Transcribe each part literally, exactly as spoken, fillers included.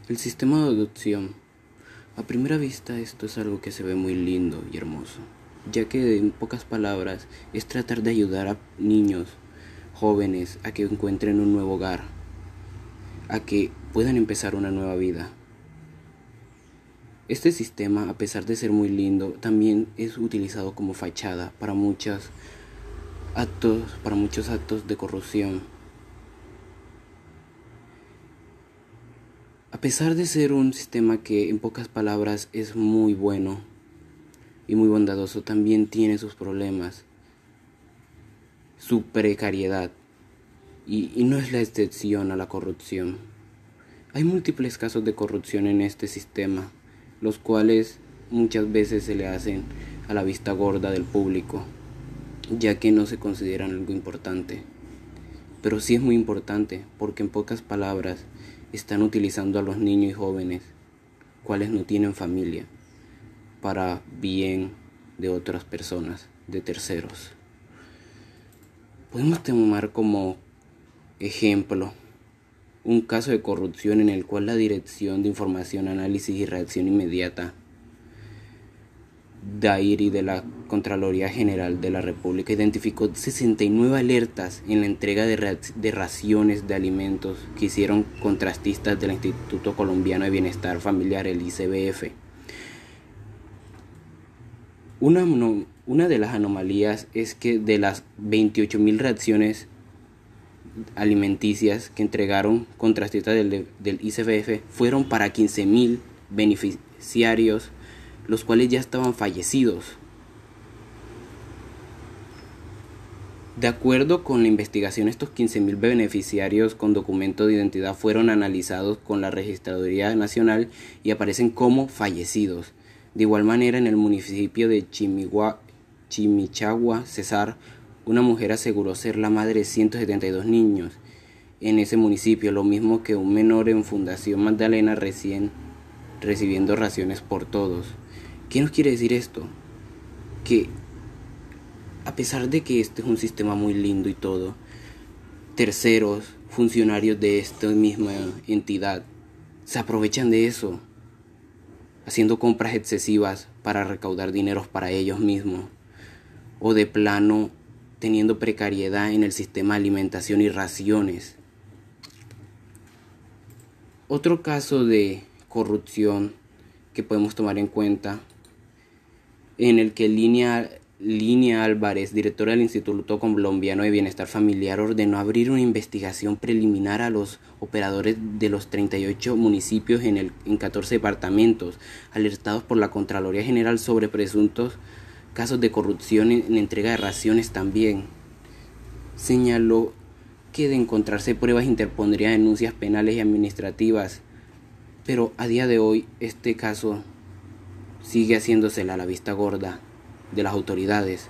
El sistema de adopción. A primera vista esto es algo que se ve muy lindo y hermoso, ya que en pocas palabras es tratar de ayudar a niños, jóvenes, a que encuentren un nuevo hogar, a que puedan empezar una nueva vida. Este sistema, a pesar de ser muy lindo, también es utilizado como fachada para muchos actos, para muchos actos de corrupción. A pesar de ser un sistema que en pocas palabras es muy bueno y muy bondadoso, también tiene sus problemas, su precariedad, y, y no es la excepción a la corrupción. Hay múltiples casos de corrupción en este sistema, los cuales muchas veces se le hacen a la vista gorda del público, ya que no se consideran algo importante. Pero sí es muy importante, porque en pocas palabras están utilizando a los niños y jóvenes, cuales no tienen familia, para bien de otras personas, de terceros. Podemos tomar como ejemplo un caso de corrupción en el cual la Dirección de Información, Análisis y Reacción Inmediata D A I R I de la Contraloría General de la República identificó sesenta y nueve alertas en la entrega de, de raciones de alimentos que hicieron contratistas del Instituto Colombiano de Bienestar Familiar, el I C B F. Una, no, una de las anomalías es que de las veintiocho mil raciones alimenticias que entregaron contratistas del, del I C B F fueron para quince mil beneficiarios, los cuales ya estaban fallecidos. De acuerdo con la investigación, estos quince mil beneficiarios con documento de identidad fueron analizados con la Registraduría Nacional y aparecen como fallecidos. De igual manera, en el municipio de Chimigua, Chimichagua, Cesar, una mujer aseguró ser la madre de ciento setenta y dos niños en ese municipio, lo mismo que un menor en Fundación Magdalena recién recibiendo raciones por todos. ¿Qué nos quiere decir esto? Que a pesar de que este es un sistema muy lindo y todo, terceros, funcionarios de esta misma entidad, se aprovechan de eso, haciendo compras excesivas para recaudar dineros para ellos mismos, o de plano teniendo precariedad en el sistema de alimentación y raciones. Otro caso de corrupción que podemos tomar en cuenta, en el que Línea, Línea Álvarez, directora del Instituto Colombiano de Bienestar Familiar, ordenó abrir una investigación preliminar a los operadores de los treinta y ocho municipios en, el, en catorce departamentos, alertados por la Contraloría General sobre presuntos casos de corrupción en, en entrega de raciones también. Señaló que de encontrarse pruebas interpondría denuncias penales y administrativas, pero a día de hoy este caso sigue haciéndosela a la vista gorda de las autoridades.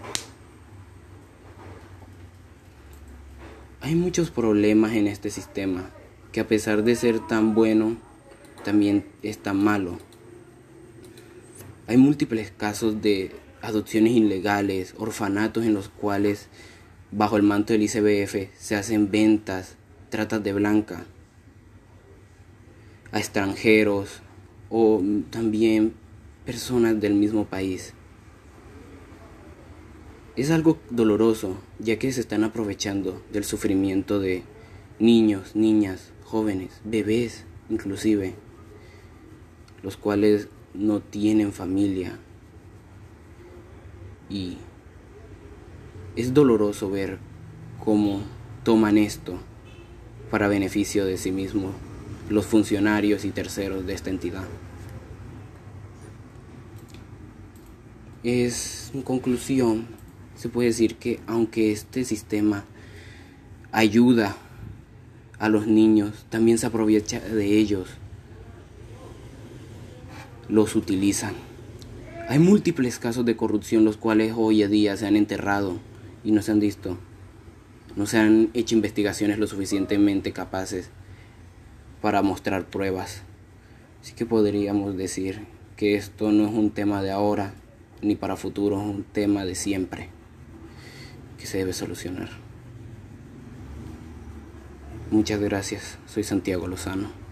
Hay muchos problemas en este sistema, que a pesar de ser tan bueno, también es tan malo. Hay múltiples casos de adopciones ilegales, orfanatos en los cuales, bajo el manto del I C B F, se hacen ventas, tratas de blanca a extranjeros o también personas del mismo país. Es algo doloroso, ya que se están aprovechando del sufrimiento de niños, niñas, jóvenes, bebés inclusive, los cuales no tienen familia. Y es doloroso ver cómo toman esto para beneficio de sí mismos los funcionarios y terceros de esta entidad. Es, en conclusión, se puede decir que aunque este sistema ayuda a los niños, también se aprovecha de ellos, los utilizan. Hay múltiples casos de corrupción los cuales hoy en día se han enterrado y no se han visto, no se han hecho investigaciones lo suficientemente capaces para mostrar pruebas. Así que podríamos decir que esto no es un tema de ahora ni para futuro, es un tema de siempre que se debe solucionar. Muchas gracias, soy Santiago Lozano.